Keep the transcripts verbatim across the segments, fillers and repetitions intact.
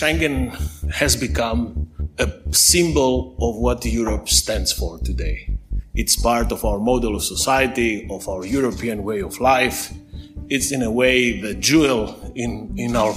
Schengen has become a symbol of what Europe stands for today. It's part of our model of society, of our European way of life. It's in a way the jewel in, in our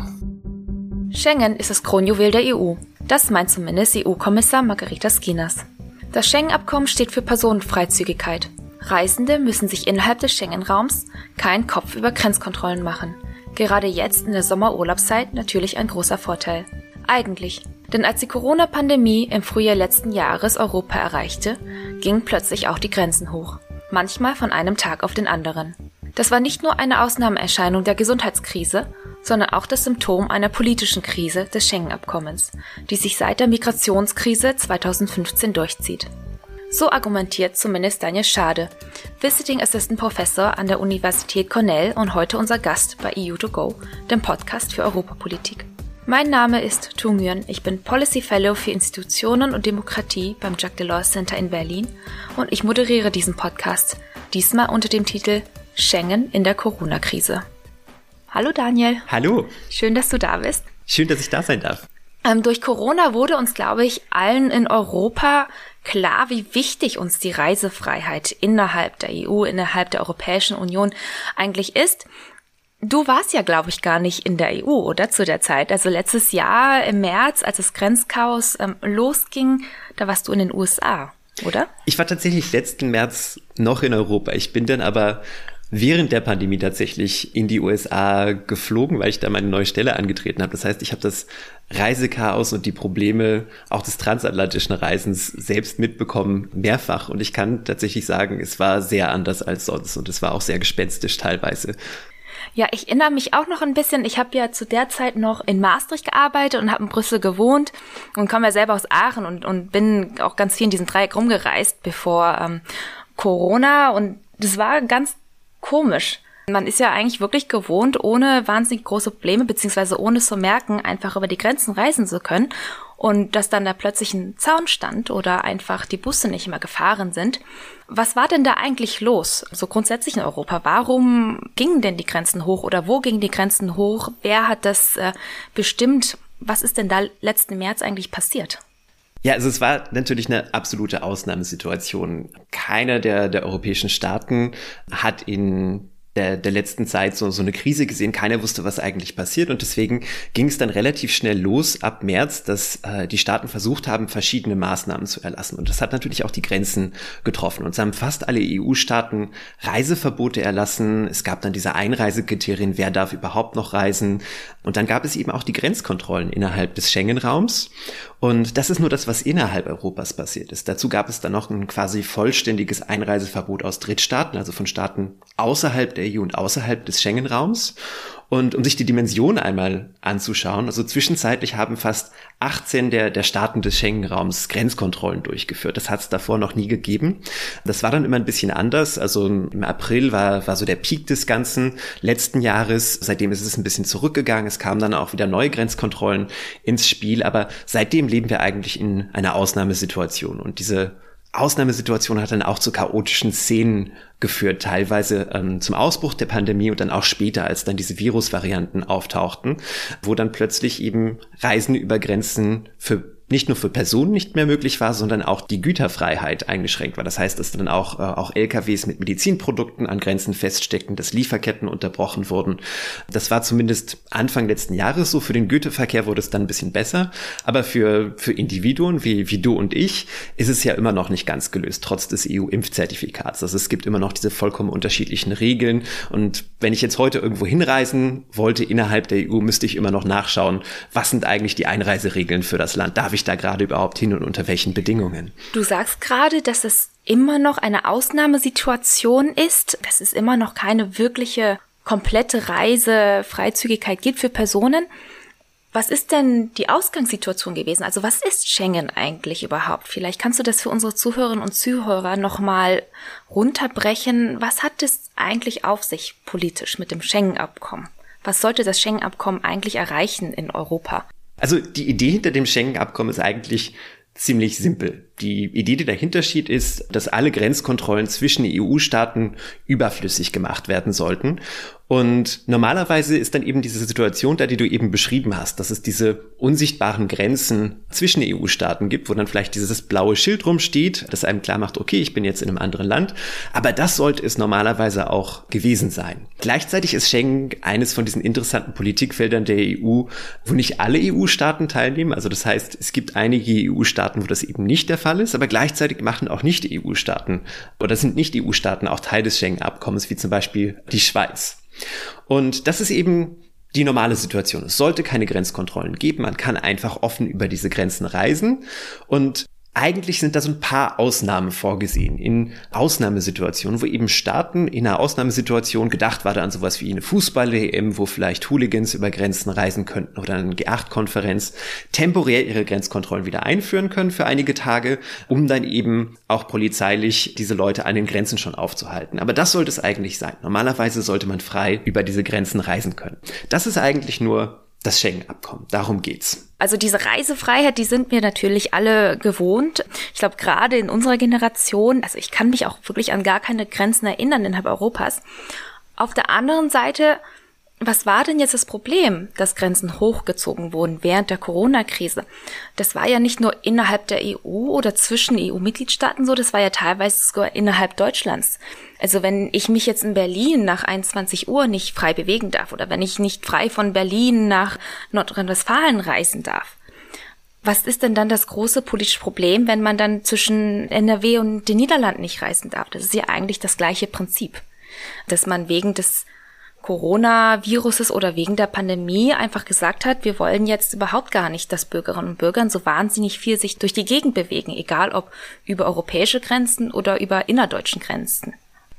crown. Schengen ist das Kronjuwel der E U. Das meint zumindest E U-Kommissar Margaritis Schinas. Das Schengen-Abkommen steht für Personenfreizügigkeit. Reisende müssen sich innerhalb des Schengen-Raums keinen Kopf über Grenzkontrollen machen. Gerade jetzt in der Sommerurlaubszeit natürlich ein großer Vorteil. Eigentlich. Denn als die Corona-Pandemie im Frühjahr letzten Jahres Europa erreichte, gingen plötzlich auch die Grenzen hoch. Manchmal von einem Tag auf den anderen. Das war nicht nur eine Ausnahmeerscheinung der Gesundheitskrise, sondern auch das Symptom einer politischen Krise des Schengen-Abkommens, die sich seit der Migrationskrise zweitausendfünfzehn durchzieht. So argumentiert zumindest Daniel Schade, Visiting Assistant Professor an der Universität Cornell und heute unser Gast bei E U to go, dem Podcast für Europapolitik. Mein Name ist Tu Nguyen, ich bin Policy Fellow für Institutionen und Demokratie beim Jacques Delors Center in Berlin und ich moderiere diesen Podcast, diesmal unter dem Titel Schengen in der Corona-Krise. Hallo Daniel. Hallo. Schön, dass du da bist. Schön, dass ich da sein darf. Ähm, durch Corona wurde uns, glaube ich, allen in Europa klar, wie wichtig uns die Reisefreiheit innerhalb der E U, innerhalb der Europäischen Union eigentlich ist. Du warst ja, glaube ich, gar nicht in der E U, oder, zu der Zeit? Also letztes Jahr im März, als das Grenzchaos ähm, losging, da warst du in den U S A, oder? Ich war tatsächlich letzten März noch in Europa. Ich bin dann aber während der Pandemie tatsächlich in die U S A geflogen, weil ich da meine neue Stelle angetreten habe. Das heißt, ich habe das Reisechaos und die Probleme auch des transatlantischen Reisens selbst mitbekommen, mehrfach. Und ich kann tatsächlich sagen, es war sehr anders als sonst und es war auch sehr gespenstisch teilweise. Ja, ich erinnere mich auch noch ein bisschen, ich habe ja zu der Zeit noch in Maastricht gearbeitet und habe in Brüssel gewohnt und komme ja selber aus Aachen und, und bin auch ganz viel in diesem Dreieck rumgereist bevor ähm, Corona und das war ganz komisch. Man ist ja eigentlich wirklich gewohnt, ohne wahnsinnig große Probleme, beziehungsweise ohne es zu merken, einfach über die Grenzen reisen zu können. Und dass dann da plötzlich ein Zaun stand oder einfach die Busse nicht mehr gefahren sind. Was war denn da eigentlich los, so grundsätzlich in Europa? Warum gingen denn die Grenzen hoch oder wo gingen die Grenzen hoch? Wer hat das äh, bestimmt? Was ist denn da letzten März eigentlich passiert? Ja, also es war natürlich eine absolute Ausnahmesituation. Keiner der, der europäischen Staaten hat in der, der letzten Zeit so, so eine Krise gesehen. Keiner wusste, was eigentlich passiert. Und deswegen ging es dann relativ schnell los ab März, dass äh, die Staaten versucht haben, verschiedene Maßnahmen zu erlassen. Und das hat natürlich auch die Grenzen getroffen. Und es haben fast alle E U-Staaten Reiseverbote erlassen. Es gab dann diese Einreisekriterien, wer darf überhaupt noch reisen. Und dann gab es eben auch die Grenzkontrollen innerhalb des Schengen-Raums. Und das ist nur das, was innerhalb Europas passiert ist. Dazu gab es dann noch ein quasi vollständiges Einreiseverbot aus Drittstaaten, also von Staaten außerhalb der E U und außerhalb des Schengen-Raums. Und um sich die Dimension einmal anzuschauen, also zwischenzeitlich haben fast achtzehn der, der Staaten des Schengen-Raums Grenzkontrollen durchgeführt. Das hat es davor noch nie gegeben. Das war dann immer ein bisschen anders. Also im April war, war so der Peak des Ganzen letzten Jahres. Seitdem ist es ein bisschen zurückgegangen. Es kamen dann auch wieder neue Grenzkontrollen ins Spiel. Aber seitdem leben wir eigentlich in einer Ausnahmesituation. Und diese Ausnahmesituation hat dann auch zu chaotischen Szenen geführt, teilweise ähm, zum Ausbruch der Pandemie und dann auch später, als dann diese Virusvarianten auftauchten, wo dann plötzlich eben Reisen über Grenzen für nicht nur für Personen nicht mehr möglich war, sondern auch die Güterfreiheit eingeschränkt war. Das heißt, dass dann auch, äh, auch L K Ws mit Medizinprodukten an Grenzen feststeckten, dass Lieferketten unterbrochen wurden. Das war zumindest Anfang letzten Jahres so. Für den Güterverkehr wurde es dann ein bisschen besser. Aber für, für Individuen wie, wie du und ich ist es ja immer noch nicht ganz gelöst, trotz des E U-Impfzertifikats. Also es gibt immer noch diese vollkommen unterschiedlichen Regeln. Und wenn ich jetzt heute irgendwo hinreisen wollte innerhalb der E U, müsste ich immer noch nachschauen, was sind eigentlich die Einreiseregeln für das Land? Darf ich da gerade überhaupt hin und unter welchen Bedingungen? Du sagst gerade, dass es immer noch eine Ausnahmesituation ist, dass es immer noch keine wirkliche komplette Reisefreizügigkeit gibt für Personen. Was ist denn die Ausgangssituation gewesen? Also was ist Schengen eigentlich überhaupt? Vielleicht kannst du das für unsere Zuhörerinnen und Zuhörer nochmal runterbrechen. Was hat es eigentlich auf sich politisch mit dem Schengen-Abkommen? Was sollte das Schengen-Abkommen eigentlich erreichen in Europa? Also die Idee hinter dem Schengen-Abkommen ist eigentlich ziemlich simpel. Die Idee, die dahinter steht, ist, dass alle Grenzkontrollen zwischen E U-Staaten überflüssig gemacht werden sollten. Und normalerweise ist dann eben diese Situation da, die du eben beschrieben hast, dass es diese unsichtbaren Grenzen zwischen E U-Staaten gibt, wo dann vielleicht dieses blaue Schild rumsteht, das einem klar macht, okay, ich bin jetzt in einem anderen Land. Aber das sollte es normalerweise auch gewesen sein. Gleichzeitig ist Schengen eines von diesen interessanten Politikfeldern der E U, wo nicht alle E U-Staaten teilnehmen. Also das heißt, es gibt einige E U-Staaten, wo das eben nicht der Fall ist, aber gleichzeitig machen auch nicht-E U-Staaten oder sind nicht-E U-Staaten auch Teil des Schengen-Abkommens, wie zum Beispiel die Schweiz. Und das ist eben die normale Situation. Es sollte keine Grenzkontrollen geben. Man kann einfach offen über diese Grenzen reisen. Und eigentlich sind da so ein paar Ausnahmen vorgesehen, in Ausnahmesituationen, wo eben Staaten in einer Ausnahmesituation, gedacht war da an sowas wie eine Fußball-W M, wo vielleicht Hooligans über Grenzen reisen könnten oder eine G acht Konferenz, temporär ihre Grenzkontrollen wieder einführen können für einige Tage, um dann eben auch polizeilich diese Leute an den Grenzen schon aufzuhalten. Aber das sollte es eigentlich sein. Normalerweise sollte man frei über diese Grenzen reisen können. Das ist eigentlich nur das Schengen-Abkommen. Darum geht's. Also diese Reisefreiheit, die sind wir natürlich alle gewohnt. Ich glaube, gerade in unserer Generation, also ich kann mich auch wirklich an gar keine Grenzen erinnern innerhalb Europas. Auf der anderen Seite, was war denn jetzt das Problem, dass Grenzen hochgezogen wurden während der Corona-Krise? Das war ja nicht nur innerhalb der E U oder zwischen E U-Mitgliedstaaten so, das war ja teilweise sogar innerhalb Deutschlands. Also wenn ich mich jetzt in Berlin nach einundzwanzig Uhr nicht frei bewegen darf oder wenn ich nicht frei von Berlin nach Nordrhein-Westfalen reisen darf, was ist denn dann das große politische Problem, wenn man dann zwischen N R W und den Niederlanden nicht reisen darf? Das ist ja eigentlich das gleiche Prinzip, dass man wegen des Coronaviruses oder wegen der Pandemie einfach gesagt hat, wir wollen jetzt überhaupt gar nicht, dass Bürgerinnen und Bürger so wahnsinnig viel sich durch die Gegend bewegen, egal ob über europäische Grenzen oder über innerdeutschen Grenzen.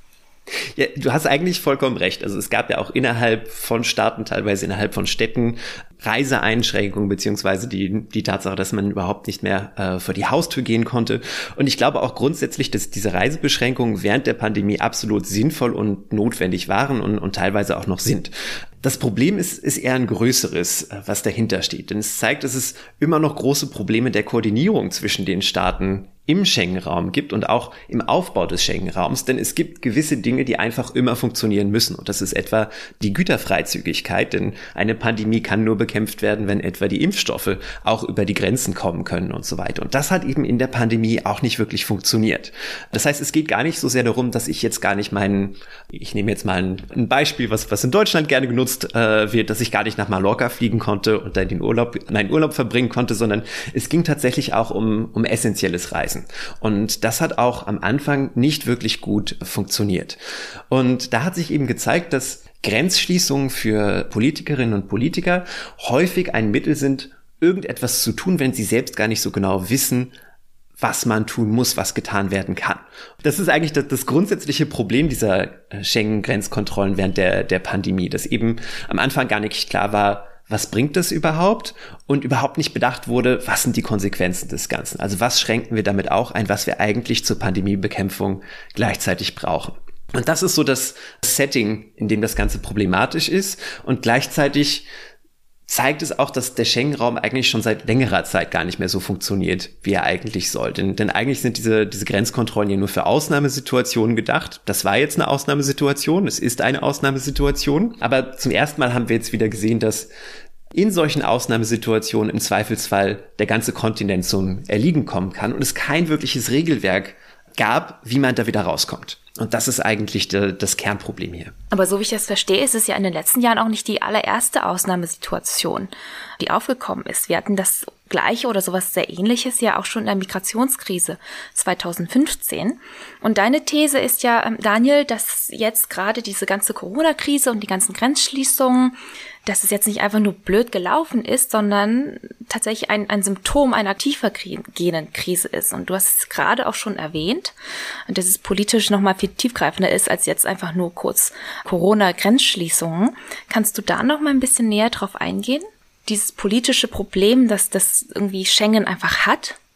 Ja, du hast eigentlich vollkommen recht. Also es gab ja auch innerhalb von Staaten, teilweise innerhalb von Städten, Reiseeinschränkungen beziehungsweise die die Tatsache, dass man überhaupt nicht mehr äh, vor die Haustür gehen konnte. Und ich glaube auch grundsätzlich, dass diese Reisebeschränkungen während der Pandemie absolut sinnvoll und notwendig waren und, und teilweise auch noch sind. Das Problem ist, ist eher ein größeres, was dahinter steht. Denn es zeigt, dass es immer noch große Probleme der Koordinierung zwischen den Staaten im Schengen-Raum gibt und auch im Aufbau des Schengen-Raums, denn es gibt gewisse Dinge, die einfach immer funktionieren müssen. Und das ist etwa die Güterfreizügigkeit, denn eine Pandemie kann nur bekämpft werden, wenn etwa die Impfstoffe auch über die Grenzen kommen können und so weiter. Und das hat eben in der Pandemie auch nicht wirklich funktioniert. Das heißt, es geht gar nicht so sehr darum, dass ich jetzt gar nicht meinen, ich nehme jetzt mal ein, ein Beispiel, was, was in Deutschland gerne genutzt äh, wird, dass ich gar nicht nach Mallorca fliegen konnte und da den Urlaub, meinen Urlaub verbringen konnte, sondern es ging tatsächlich auch um, um essentielles Reisen. Und das hat auch am Anfang nicht wirklich gut funktioniert. Und da hat sich eben gezeigt, dass Grenzschließungen für Politikerinnen und Politiker häufig ein Mittel sind, irgendetwas zu tun, wenn sie selbst gar nicht so genau wissen, was man tun muss, was getan werden kann. Das ist eigentlich das, das grundsätzliche Problem dieser Schengen-Grenzkontrollen während der, der Pandemie, dass eben am Anfang gar nicht klar war, was bringt das überhaupt? Und überhaupt nicht bedacht wurde, was sind die Konsequenzen des Ganzen? Also was schränken wir damit auch ein, was wir eigentlich zur Pandemiebekämpfung gleichzeitig brauchen? Und das ist so das Setting, in dem das Ganze problematisch ist. Und gleichzeitig zeigt es auch, dass der Schengen-Raum eigentlich schon seit längerer Zeit gar nicht mehr so funktioniert, wie er eigentlich soll. Denn, denn eigentlich sind diese, diese Grenzkontrollen ja nur für Ausnahmesituationen gedacht. Das war jetzt eine Ausnahmesituation, es ist eine Ausnahmesituation. Aber zum ersten Mal haben wir jetzt wieder gesehen, dass in solchen Ausnahmesituationen im Zweifelsfall der ganze Kontinent zum Erliegen kommen kann und es kein wirkliches Regelwerk gab, wie man da wieder rauskommt. Und das ist eigentlich de, das Kernproblem hier. Aber so wie ich das verstehe, ist es ja in den letzten Jahren auch nicht die allererste Ausnahmesituation, die aufgekommen ist. Wir hatten das Gleiche oder sowas sehr Ähnliches ja auch schon in der Migrationskrise zweitausendfünfzehn. Und deine These ist ja, Daniel, dass jetzt gerade diese ganze Corona-Krise und die ganzen Grenzschließungen, dass es jetzt nicht einfach nur blöd gelaufen ist, sondern tatsächlich ein, ein Symptom einer tiefergehenden Krise ist. Und du hast es gerade auch schon erwähnt, dass es politisch nochmal viel tiefgreifender ist als jetzt einfach nur kurz Corona-Grenzschließungen. Kannst du da noch mal ein bisschen näher drauf eingehen? Dieses politische Problem, dass das irgendwie Schengen einfach hat?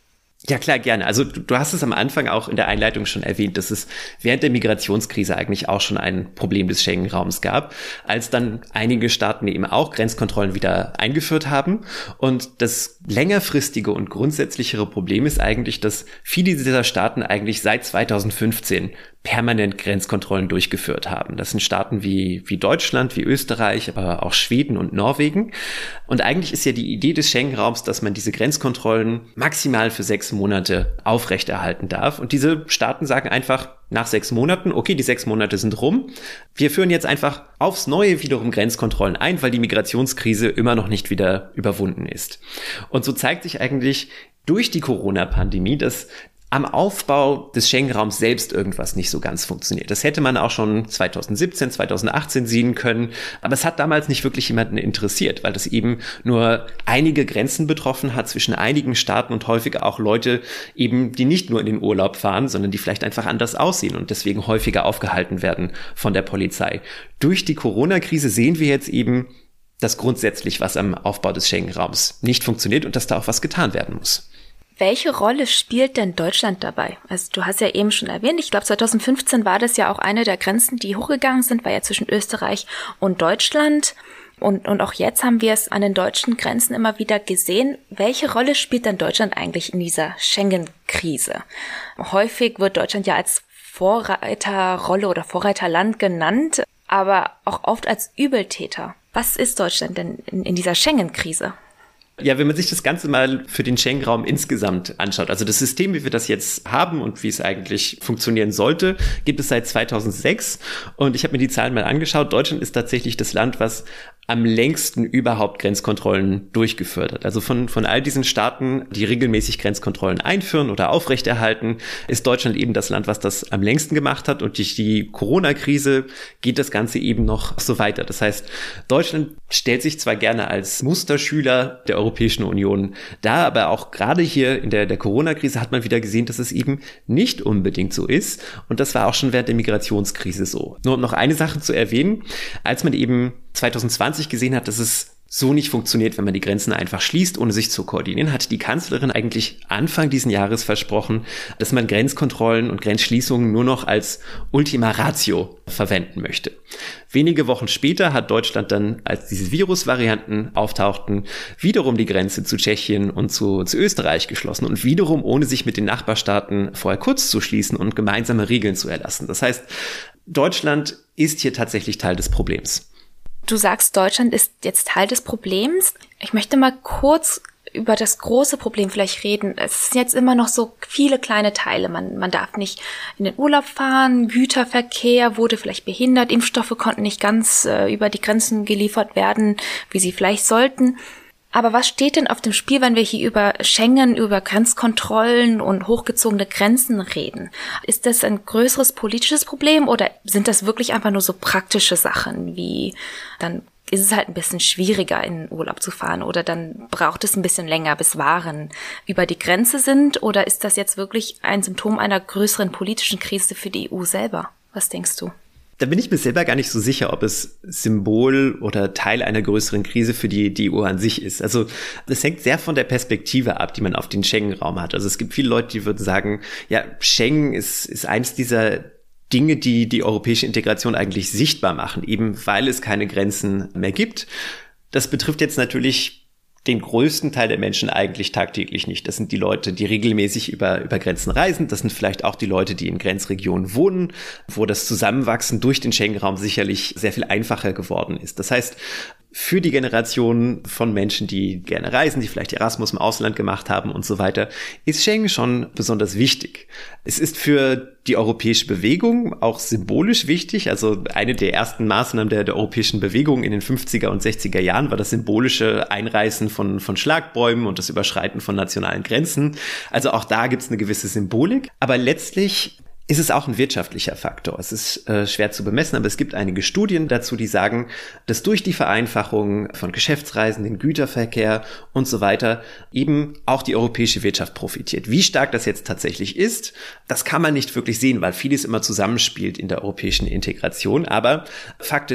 Ja, klar, gerne. Also du, du hast es am Anfang auch in der Einleitung schon erwähnt, dass es während der Migrationskrise eigentlich auch schon ein Problem des Schengen-Raums gab, als dann einige Staaten eben auch Grenzkontrollen wieder eingeführt haben. Und das längerfristige und grundsätzlichere Problem ist eigentlich, dass viele dieser Staaten eigentlich seit zweitausendfünfzehn permanent Grenzkontrollen durchgeführt haben. Das sind Staaten wie, wie Deutschland, wie Österreich, aber auch Schweden und Norwegen. Und eigentlich ist ja die Idee des Schengen-Raums, dass man diese Grenzkontrollen maximal für sechs Monate aufrechterhalten darf. Und diese Staaten sagen einfach nach sechs Monaten, okay, die sechs Monate sind rum. Wir führen jetzt einfach aufs Neue wiederum Grenzkontrollen ein, weil die Migrationskrise immer noch nicht wieder überwunden ist. Und so zeigt sich eigentlich durch die Corona-Pandemie, dass am Aufbau des Schengen-Raums selbst irgendwas nicht so ganz funktioniert. Das hätte man auch schon zweitausendsiebzehn, zweitausendachtzehn sehen können, aber es hat damals nicht wirklich jemanden interessiert, weil das eben nur einige Grenzen betroffen hat zwischen einigen Staaten und häufig auch Leute eben, die nicht nur in den Urlaub fahren, sondern die vielleicht einfach anders aussehen und deswegen häufiger aufgehalten werden von der Polizei. Durch die Corona-Krise sehen wir jetzt eben, dass grundsätzlich was am Aufbau des Schengen-Raums nicht funktioniert und dass da auch was getan werden muss. Welche Rolle spielt denn Deutschland dabei? Also du hast ja eben schon erwähnt, ich glaube zweitausendfünfzehn war das ja auch eine der Grenzen, die hochgegangen sind, war ja zwischen Österreich und Deutschland. Und, und auch jetzt haben wir es an den deutschen Grenzen immer wieder gesehen. Welche Rolle spielt denn Deutschland eigentlich in dieser Schengen-Krise? Häufig wird Deutschland ja als Vorreiterrolle oder Vorreiterland genannt, aber auch oft als Übeltäter. Was ist Deutschland denn in, in dieser Schengen-Krise? Ja, wenn man sich das Ganze mal für den Schengen-Raum insgesamt anschaut, also das System, wie wir das jetzt haben und wie es eigentlich funktionieren sollte, gibt es seit zweitausendsechs und ich habe mir die Zahlen mal angeschaut. Deutschland ist tatsächlich das Land, was am längsten überhaupt Grenzkontrollen durchgeführt hat. Also von, von all diesen Staaten, die regelmäßig Grenzkontrollen einführen oder aufrechterhalten, ist Deutschland eben das Land, was das am längsten gemacht hat. Und durch die Corona-Krise geht das Ganze eben noch so weiter. Das heißt, Deutschland stellt sich zwar gerne als Musterschüler der Europäischen Union dar, aber auch gerade hier in der, der Corona-Krise hat man wieder gesehen, dass es eben nicht unbedingt so ist. Und das war auch schon während der Migrationskrise so. Nur um noch eine Sache zu erwähnen, als man eben zweitausendzwanzig gesehen hat, dass es so nicht funktioniert, wenn man die Grenzen einfach schließt, ohne sich zu koordinieren, hat die Kanzlerin eigentlich Anfang diesen Jahres versprochen, dass man Grenzkontrollen und Grenzschließungen nur noch als Ultima Ratio verwenden möchte. Wenige Wochen später hat Deutschland dann, als diese Virusvarianten auftauchten, wiederum die Grenze zu Tschechien und zu, zu Österreich geschlossen und wiederum ohne sich mit den Nachbarstaaten vorher kurz zu schließen und gemeinsame Regeln zu erlassen. Das heißt, Deutschland ist hier tatsächlich Teil des Problems. Du sagst, Deutschland ist jetzt Teil des Problems. Ich möchte mal kurz über das große Problem vielleicht reden. Es sind jetzt immer noch so viele kleine Teile. Man, man darf nicht in den Urlaub fahren, Güterverkehr wurde vielleicht behindert, Impfstoffe konnten nicht ganz äh, über die Grenzen geliefert werden, wie sie vielleicht sollten. Aber was steht denn auf dem Spiel, wenn wir hier über Schengen, über Grenzkontrollen und hochgezogene Grenzen reden? Ist das ein größeres politisches Problem oder sind das wirklich einfach nur so praktische Sachen wie, dann ist es halt ein bisschen schwieriger, in den Urlaub zu fahren oder dann braucht es ein bisschen länger, bis Waren über die Grenze sind? Oder ist das jetzt wirklich ein Symptom einer größeren politischen Krise für die E U selber? Was denkst du? Da bin ich mir selber gar nicht so sicher, ob es Symbol oder Teil einer größeren Krise für die, die E U an sich ist. Also das hängt sehr von der Perspektive ab, die man auf den Schengen-Raum hat. Also es gibt viele Leute, die würden sagen, ja, Schengen ist, ist eins dieser Dinge, die die europäische Integration eigentlich sichtbar machen, eben weil es keine Grenzen mehr gibt. Das betrifft jetzt natürlich den größten Teil der Menschen eigentlich tagtäglich nicht. Das sind die Leute, die regelmäßig über, über Grenzen reisen. Das sind vielleicht auch die Leute, die in Grenzregionen wohnen, wo das Zusammenwachsen durch den Schengen-Raum sicherlich sehr viel einfacher geworden ist. Das heißt, für die Generation von Menschen, die gerne reisen, die vielleicht Erasmus im Ausland gemacht haben und so weiter, ist Schengen schon besonders wichtig. Es ist für die europäische Bewegung auch symbolisch wichtig. Also eine der ersten Maßnahmen der, der europäischen Bewegung in den fünfziger und sechziger Jahren war das symbolische Einreißen von, von Schlagbäumen und das Überschreiten von nationalen Grenzen. Also auch da gibt es eine gewisse Symbolik. Aber letztlich ist es auch ein wirtschaftlicher Faktor. Es ist äh, schwer zu bemessen, aber es gibt einige Studien dazu, die sagen, dass durch die Vereinfachung von Geschäftsreisen, den Güterverkehr und so weiter eben auch die europäische Wirtschaft profitiert. Wie stark das jetzt tatsächlich ist, das kann man nicht wirklich sehen, weil vieles immer zusammenspielt in der europäischen Integration. Aber Fakt ist,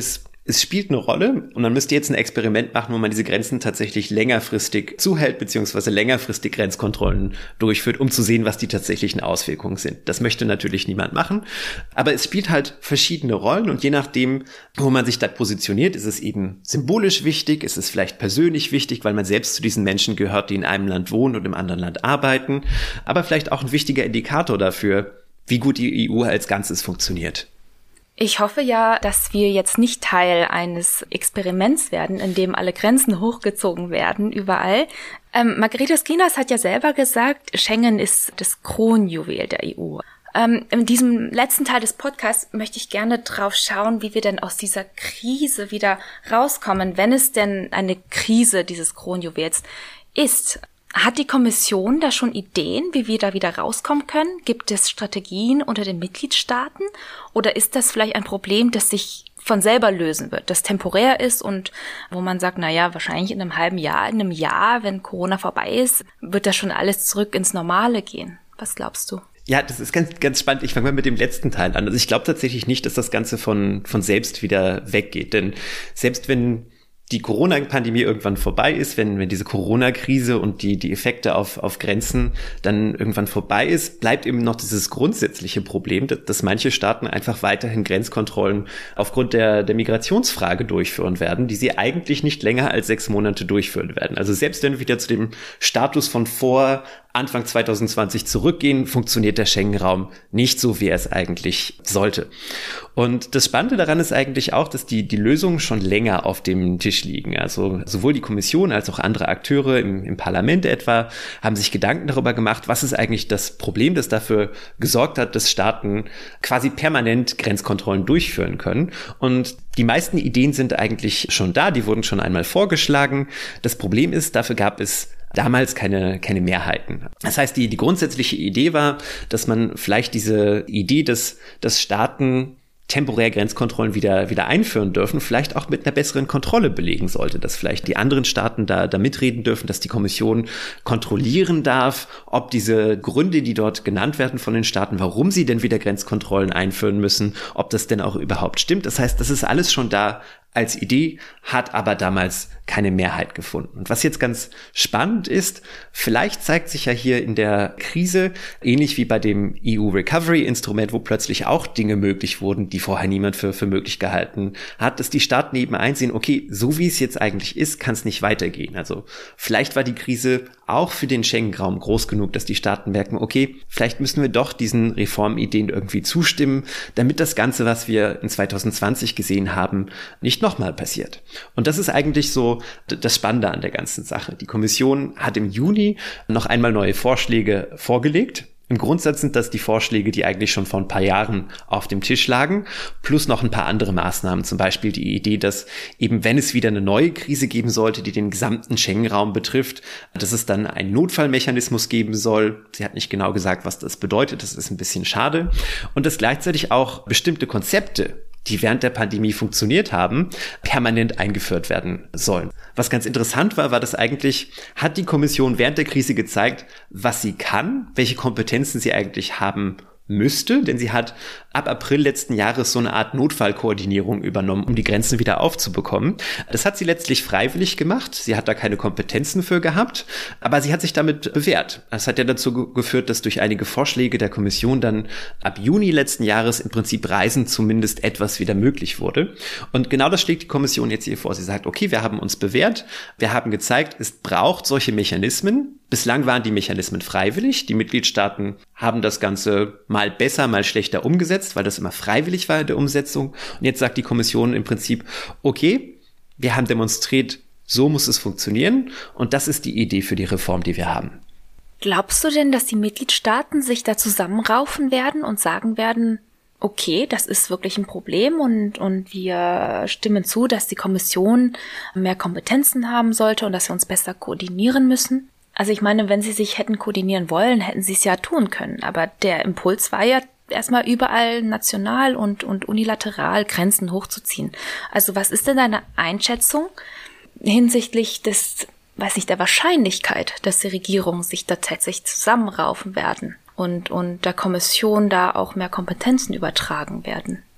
es spielt eine Rolle und man müsste jetzt ein Experiment machen, wo man diese Grenzen tatsächlich längerfristig zuhält, beziehungsweise längerfristig Grenzkontrollen durchführt, um zu sehen, was die tatsächlichen Auswirkungen sind. Das möchte natürlich niemand machen, aber es spielt halt verschiedene Rollen und je nachdem, wo man sich da positioniert, ist es eben symbolisch wichtig, ist es vielleicht persönlich wichtig, weil man selbst zu diesen Menschen gehört, die in einem Land wohnen und im anderen Land arbeiten, aber vielleicht auch ein wichtiger Indikator dafür, wie gut die E U als Ganzes funktioniert. Ich hoffe ja, dass wir jetzt nicht Teil eines Experiments werden, in dem alle Grenzen hochgezogen werden, überall. Ähm, Margarita Skinas hat ja selber gesagt, Schengen ist das Kronjuwel der E U. Ähm, in diesem letzten Teil des Podcasts möchte ich gerne drauf schauen, wie wir denn aus dieser Krise wieder rauskommen, wenn es denn eine Krise dieses Kronjuwels ist. Hat die Kommission da schon Ideen, wie wir da wieder rauskommen können? Gibt es Strategien unter den Mitgliedstaaten? Oder ist das vielleicht ein Problem, das sich von selber lösen wird, das temporär ist und wo man sagt, na ja, wahrscheinlich in einem halben Jahr, in einem Jahr, wenn Corona vorbei ist, wird das schon alles zurück ins Normale gehen? Was glaubst du? Ja, das ist ganz, ganz spannend. Ich fange mal mit dem letzten Teil an. Also ich glaube tatsächlich nicht, dass das Ganze von, von selbst wieder weggeht. Denn selbst wenn die Corona-Pandemie irgendwann vorbei ist, wenn wenn diese Corona-Krise und die die Effekte auf auf Grenzen dann irgendwann vorbei ist, bleibt eben noch dieses grundsätzliche Problem, dass, dass manche Staaten einfach weiterhin Grenzkontrollen aufgrund der der Migrationsfrage durchführen werden, die sie eigentlich nicht länger als sechs Monate durchführen werden. Also selbst wenn wir wieder zu dem Status von vor Anfang zwanzig zwanzig zurückgehen, funktioniert der Schengen-Raum nicht so, wie er es eigentlich sollte. Und das Spannende daran ist eigentlich auch, dass die die Lösungen schon länger auf dem Tisch liegen. Also sowohl die Kommission als auch andere Akteure im, im Parlament etwa haben sich Gedanken darüber gemacht, was ist eigentlich das Problem, das dafür gesorgt hat, dass Staaten quasi permanent Grenzkontrollen durchführen können. Und die meisten Ideen sind eigentlich schon da, die wurden schon einmal vorgeschlagen. Das Problem ist, dafür gab es damals keine keine Mehrheiten. Das heißt, die die grundsätzliche Idee war, dass man vielleicht diese Idee, dass dass Staaten temporär Grenzkontrollen wieder wieder einführen dürfen, vielleicht auch mit einer besseren Kontrolle belegen sollte, dass vielleicht die anderen Staaten da da mitreden dürfen, dass die Kommission kontrollieren darf, ob diese Gründe, die dort genannt werden von den Staaten, warum sie denn wieder Grenzkontrollen einführen müssen, ob das denn auch überhaupt stimmt. Das heißt, das ist alles schon da als Idee, hat aber damals keine Mehrheit gefunden. Und was jetzt ganz spannend ist, vielleicht zeigt sich ja hier in der Krise, ähnlich wie bei dem E U-Recovery-Instrument, wo plötzlich auch Dinge möglich wurden, die vorher niemand für, für möglich gehalten hat, dass die Staaten eben einsehen, okay, so wie es jetzt eigentlich ist, kann es nicht weitergehen. Also vielleicht war die Krise auch für den Schengen-Raum groß genug, dass die Staaten merken, okay, vielleicht müssen wir doch diesen Reformideen irgendwie zustimmen, damit das Ganze, was wir in zwanzig zwanzig gesehen haben, nicht nochmal passiert. Und das ist eigentlich so das Spannende an der ganzen Sache. Die Kommission hat im Juni noch einmal neue Vorschläge vorgelegt. Im Grundsatz sind das die Vorschläge, die eigentlich schon vor ein paar Jahren auf dem Tisch lagen, plus noch ein paar andere Maßnahmen, zum Beispiel die Idee, dass eben wenn es wieder eine neue Krise geben sollte, die den gesamten Schengen-Raum betrifft, dass es dann einen Notfallmechanismus geben soll. Sie hat nicht genau gesagt, was das bedeutet, das ist ein bisschen schade. Und dass gleichzeitig auch bestimmte Konzepte, die während der Pandemie funktioniert haben, permanent eingeführt werden sollen. Was ganz interessant war, war, dass eigentlich hat die Kommission während der Krise gezeigt, was sie kann, welche Kompetenzen sie eigentlich haben müsste, denn sie hat ab April letzten Jahres so eine Art Notfallkoordinierung übernommen, um die Grenzen wieder aufzubekommen. Das hat sie letztlich freiwillig gemacht. Sie hat da keine Kompetenzen für gehabt, aber sie hat sich damit bewährt. Das hat ja dazu ge- geführt, dass durch einige Vorschläge der Kommission dann ab Juni letzten Jahres im Prinzip Reisen zumindest etwas wieder möglich wurde. Und genau das schlägt die Kommission jetzt hier vor. Sie sagt, okay, wir haben uns bewährt, wir haben gezeigt, es braucht solche Mechanismen. Bislang waren die Mechanismen freiwillig. Die Mitgliedstaaten haben das Ganze mal besser, mal schlechter umgesetzt, weil das immer freiwillig war in der Umsetzung. Und jetzt sagt die Kommission im Prinzip, okay, wir haben demonstriert, so muss es funktionieren. Und das ist die Idee für die Reform, die wir haben. Glaubst du denn, dass die Mitgliedstaaten sich da zusammenraufen werden und sagen werden, okay, das ist wirklich ein Problem und, und wir stimmen zu, dass die Kommission mehr Kompetenzen haben sollte und dass wir uns besser koordinieren müssen? Also ich meine, wenn sie sich hätten koordinieren wollen, hätten sie es ja tun können. Aber der Impuls war ja erstmal überall national und, und unilateral Grenzen hochzuziehen. Also was ist denn deine Einschätzung hinsichtlich des, weiß nicht, der Wahrscheinlichkeit, dass die Regierungen sich da tatsächlich zusammenraufen werden und, und der Kommission da auch mehr Kompetenzen übertragen werden?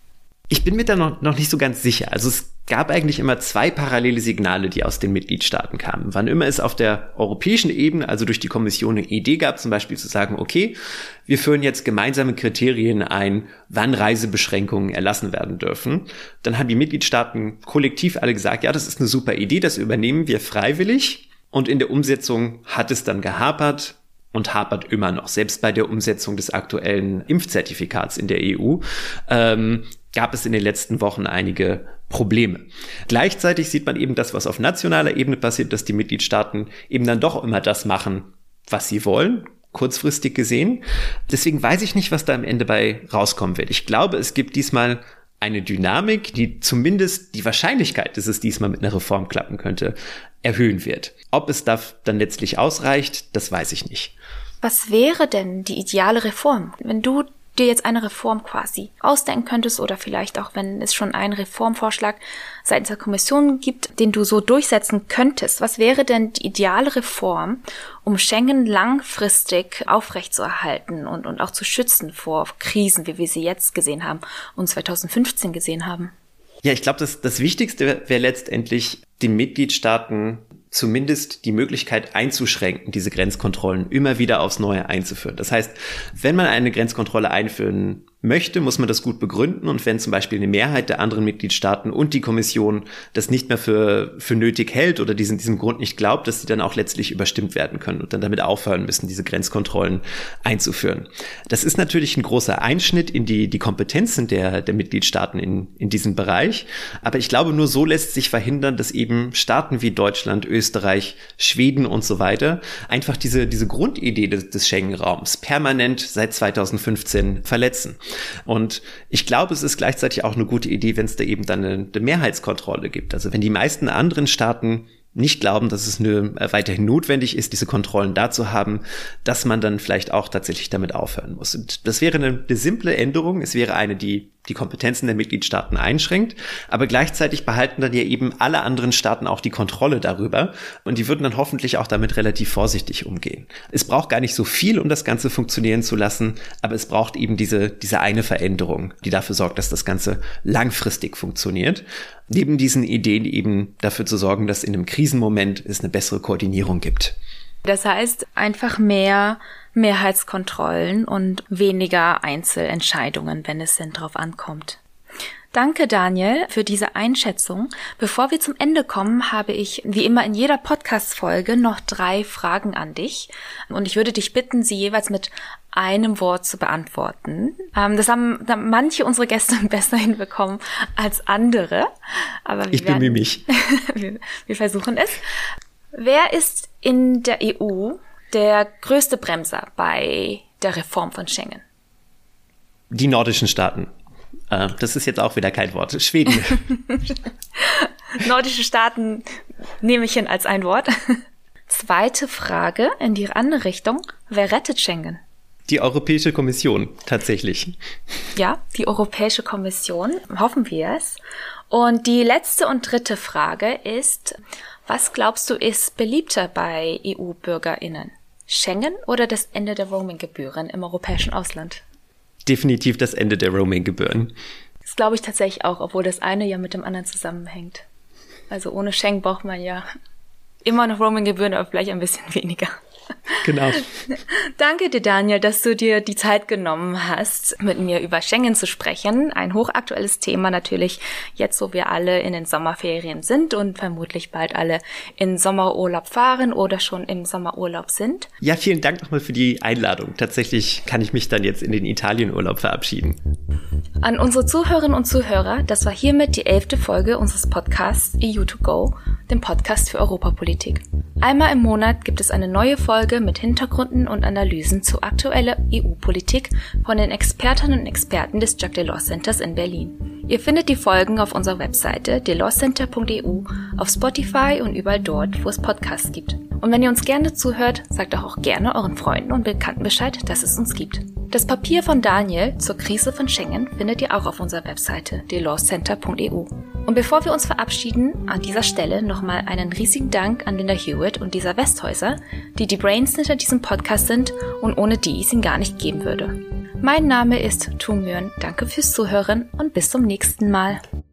Ich bin mir da noch, noch nicht so ganz sicher. Also es gab eigentlich immer zwei parallele Signale, die aus den Mitgliedstaaten kamen. Wann immer es auf der europäischen Ebene, also durch die Kommission, eine Idee gab, zum Beispiel zu sagen, okay, wir führen jetzt gemeinsame Kriterien ein, wann Reisebeschränkungen erlassen werden dürfen, dann haben die Mitgliedstaaten kollektiv alle gesagt, ja, das ist eine super Idee, das übernehmen wir freiwillig. Und in der Umsetzung hat es dann gehapert. Und hapert immer noch. Selbst bei der Umsetzung des aktuellen Impfzertifikats in der E U ähm, gab es in den letzten Wochen einige Probleme. Gleichzeitig sieht man eben das, was auf nationaler Ebene passiert, dass die Mitgliedstaaten eben dann doch immer das machen, was sie wollen, kurzfristig gesehen. Deswegen weiß ich nicht, was da am Ende bei rauskommen wird. Ich glaube, es gibt diesmal eine Dynamik, die zumindest die Wahrscheinlichkeit, dass es diesmal mit einer Reform klappen könnte, erhöhen wird. Ob es da dann letztlich ausreicht, das weiß ich nicht. Was wäre denn die ideale Reform? Wenn du dir jetzt eine Reform quasi ausdenken könntest oder vielleicht auch, wenn es schon einen Reformvorschlag seitens der Kommission gibt, den du so durchsetzen könntest, was wäre denn die ideale Reform, um Schengen langfristig aufrechtzuerhalten und, und auch zu schützen vor Krisen, wie wir sie jetzt gesehen haben und zwanzig fünfzehn gesehen haben? Ja, ich glaube, das, das Wichtigste wäre letztendlich, den Mitgliedstaaten zumindest die Möglichkeit einzuschränken, diese Grenzkontrollen immer wieder aufs Neue einzuführen. Das heißt, wenn man eine Grenzkontrolle einführen möchte, muss man das gut begründen, und wenn zum Beispiel eine Mehrheit der anderen Mitgliedstaaten und die Kommission das nicht mehr für, für nötig hält oder diesen, diesem Grund nicht glaubt, dass sie dann auch letztlich überstimmt werden können und dann damit aufhören müssen, diese Grenzkontrollen einzuführen. Das ist natürlich ein großer Einschnitt in die, die Kompetenzen der, der Mitgliedstaaten in, in diesem Bereich, aber ich glaube, nur so lässt sich verhindern, dass eben Staaten wie Deutschland, Österreich, Schweden und so weiter einfach diese, diese Grundidee des, des Schengen-Raums permanent seit zwanzig fünfzehn verletzen. Und ich glaube, es ist gleichzeitig auch eine gute Idee, wenn es da eben dann eine, eine Mehrheitskontrolle gibt. Also wenn die meisten anderen Staaten nicht glauben, dass es eine, äh, weiterhin notwendig ist, diese Kontrollen da zu haben, dass man dann vielleicht auch tatsächlich damit aufhören muss. Und das wäre eine, eine simple Änderung. Es wäre eine, die die Kompetenzen der Mitgliedstaaten einschränkt, aber gleichzeitig behalten dann ja eben alle anderen Staaten auch die Kontrolle darüber, und die würden dann hoffentlich auch damit relativ vorsichtig umgehen. Es braucht gar nicht so viel, um das Ganze funktionieren zu lassen, aber es braucht eben diese, diese eine Veränderung, die dafür sorgt, dass das Ganze langfristig funktioniert. Neben diesen Ideen eben dafür zu sorgen, dass in einem Krisenmoment es eine bessere Koordinierung gibt. Das heißt, einfach mehr Mehrheitskontrollen und weniger Einzelentscheidungen, wenn es denn drauf ankommt. Danke, Daniel, für diese Einschätzung. Bevor wir zum Ende kommen, habe ich, wie immer in jeder Podcast-Folge, noch drei Fragen an dich. Und ich würde dich bitten, sie jeweils mit einem Wort zu beantworten. Ähm, das haben manche unserer Gäste besser hinbekommen als andere. Aber wir ich werden, bemühe mich. wir, wir versuchen es. Wer ist in der E U der größte Bremser bei der Reform von Schengen? Die nordischen Staaten. Äh, das ist jetzt auch wieder kein Wort. Schweden. Nordische Staaten nehme ich hin als ein Wort. Zweite Frage in die andere Richtung. Wer rettet Schengen? Die Europäische Kommission, tatsächlich. Ja, die Europäische Kommission. Hoffen wir es. Und die letzte und dritte Frage ist, was glaubst du ist beliebter bei E U-BürgerInnen? Schengen oder das Ende der Roaming-Gebühren im europäischen Ausland? Definitiv das Ende der Roaming-Gebühren. Das glaube ich tatsächlich auch, obwohl das eine ja mit dem anderen zusammenhängt. Also ohne Schengen braucht man ja immer noch Roaming-Gebühren, aber vielleicht ein bisschen weniger. Genau. Danke dir, Daniel, dass du dir die Zeit genommen hast, mit mir über Schengen zu sprechen. Ein hochaktuelles Thema natürlich jetzt, wo wir alle in den Sommerferien sind und vermutlich bald alle in Sommerurlaub fahren oder schon im Sommerurlaub sind. Ja, vielen Dank nochmal für die Einladung. Tatsächlich kann ich mich dann jetzt in den Italienurlaub verabschieden. An unsere Zuhörerinnen und Zuhörer, das war hiermit die elfte Folge unseres Podcasts E U to go, dem Podcast für Europapolitik. Einmal im Monat gibt es eine neue Folge mit Hintergründen und Analysen zu aktueller E U-Politik von den Expertinnen und Experten des Jacques Delors Centers in Berlin. Ihr findet die Folgen auf unserer Webseite delors-center punkt e u, auf Spotify und überall dort, wo es Podcasts gibt. Und wenn ihr uns gerne zuhört, sagt doch auch gerne euren Freunden und Bekannten Bescheid, dass es uns gibt. Das Papier von Daniel zur Krise von Schengen findet ihr auch auf unserer Webseite delors-center punkt e u. Und bevor wir uns verabschieden, an dieser Stelle nochmal einen riesigen Dank an Linda Hewitt und Lisa Westhäuser, die die Brains hinter diesem Podcast sind und ohne die es ihn gar nicht geben würde. Mein Name ist Tu Nguyen. Danke fürs Zuhören und bis zum nächsten Mal.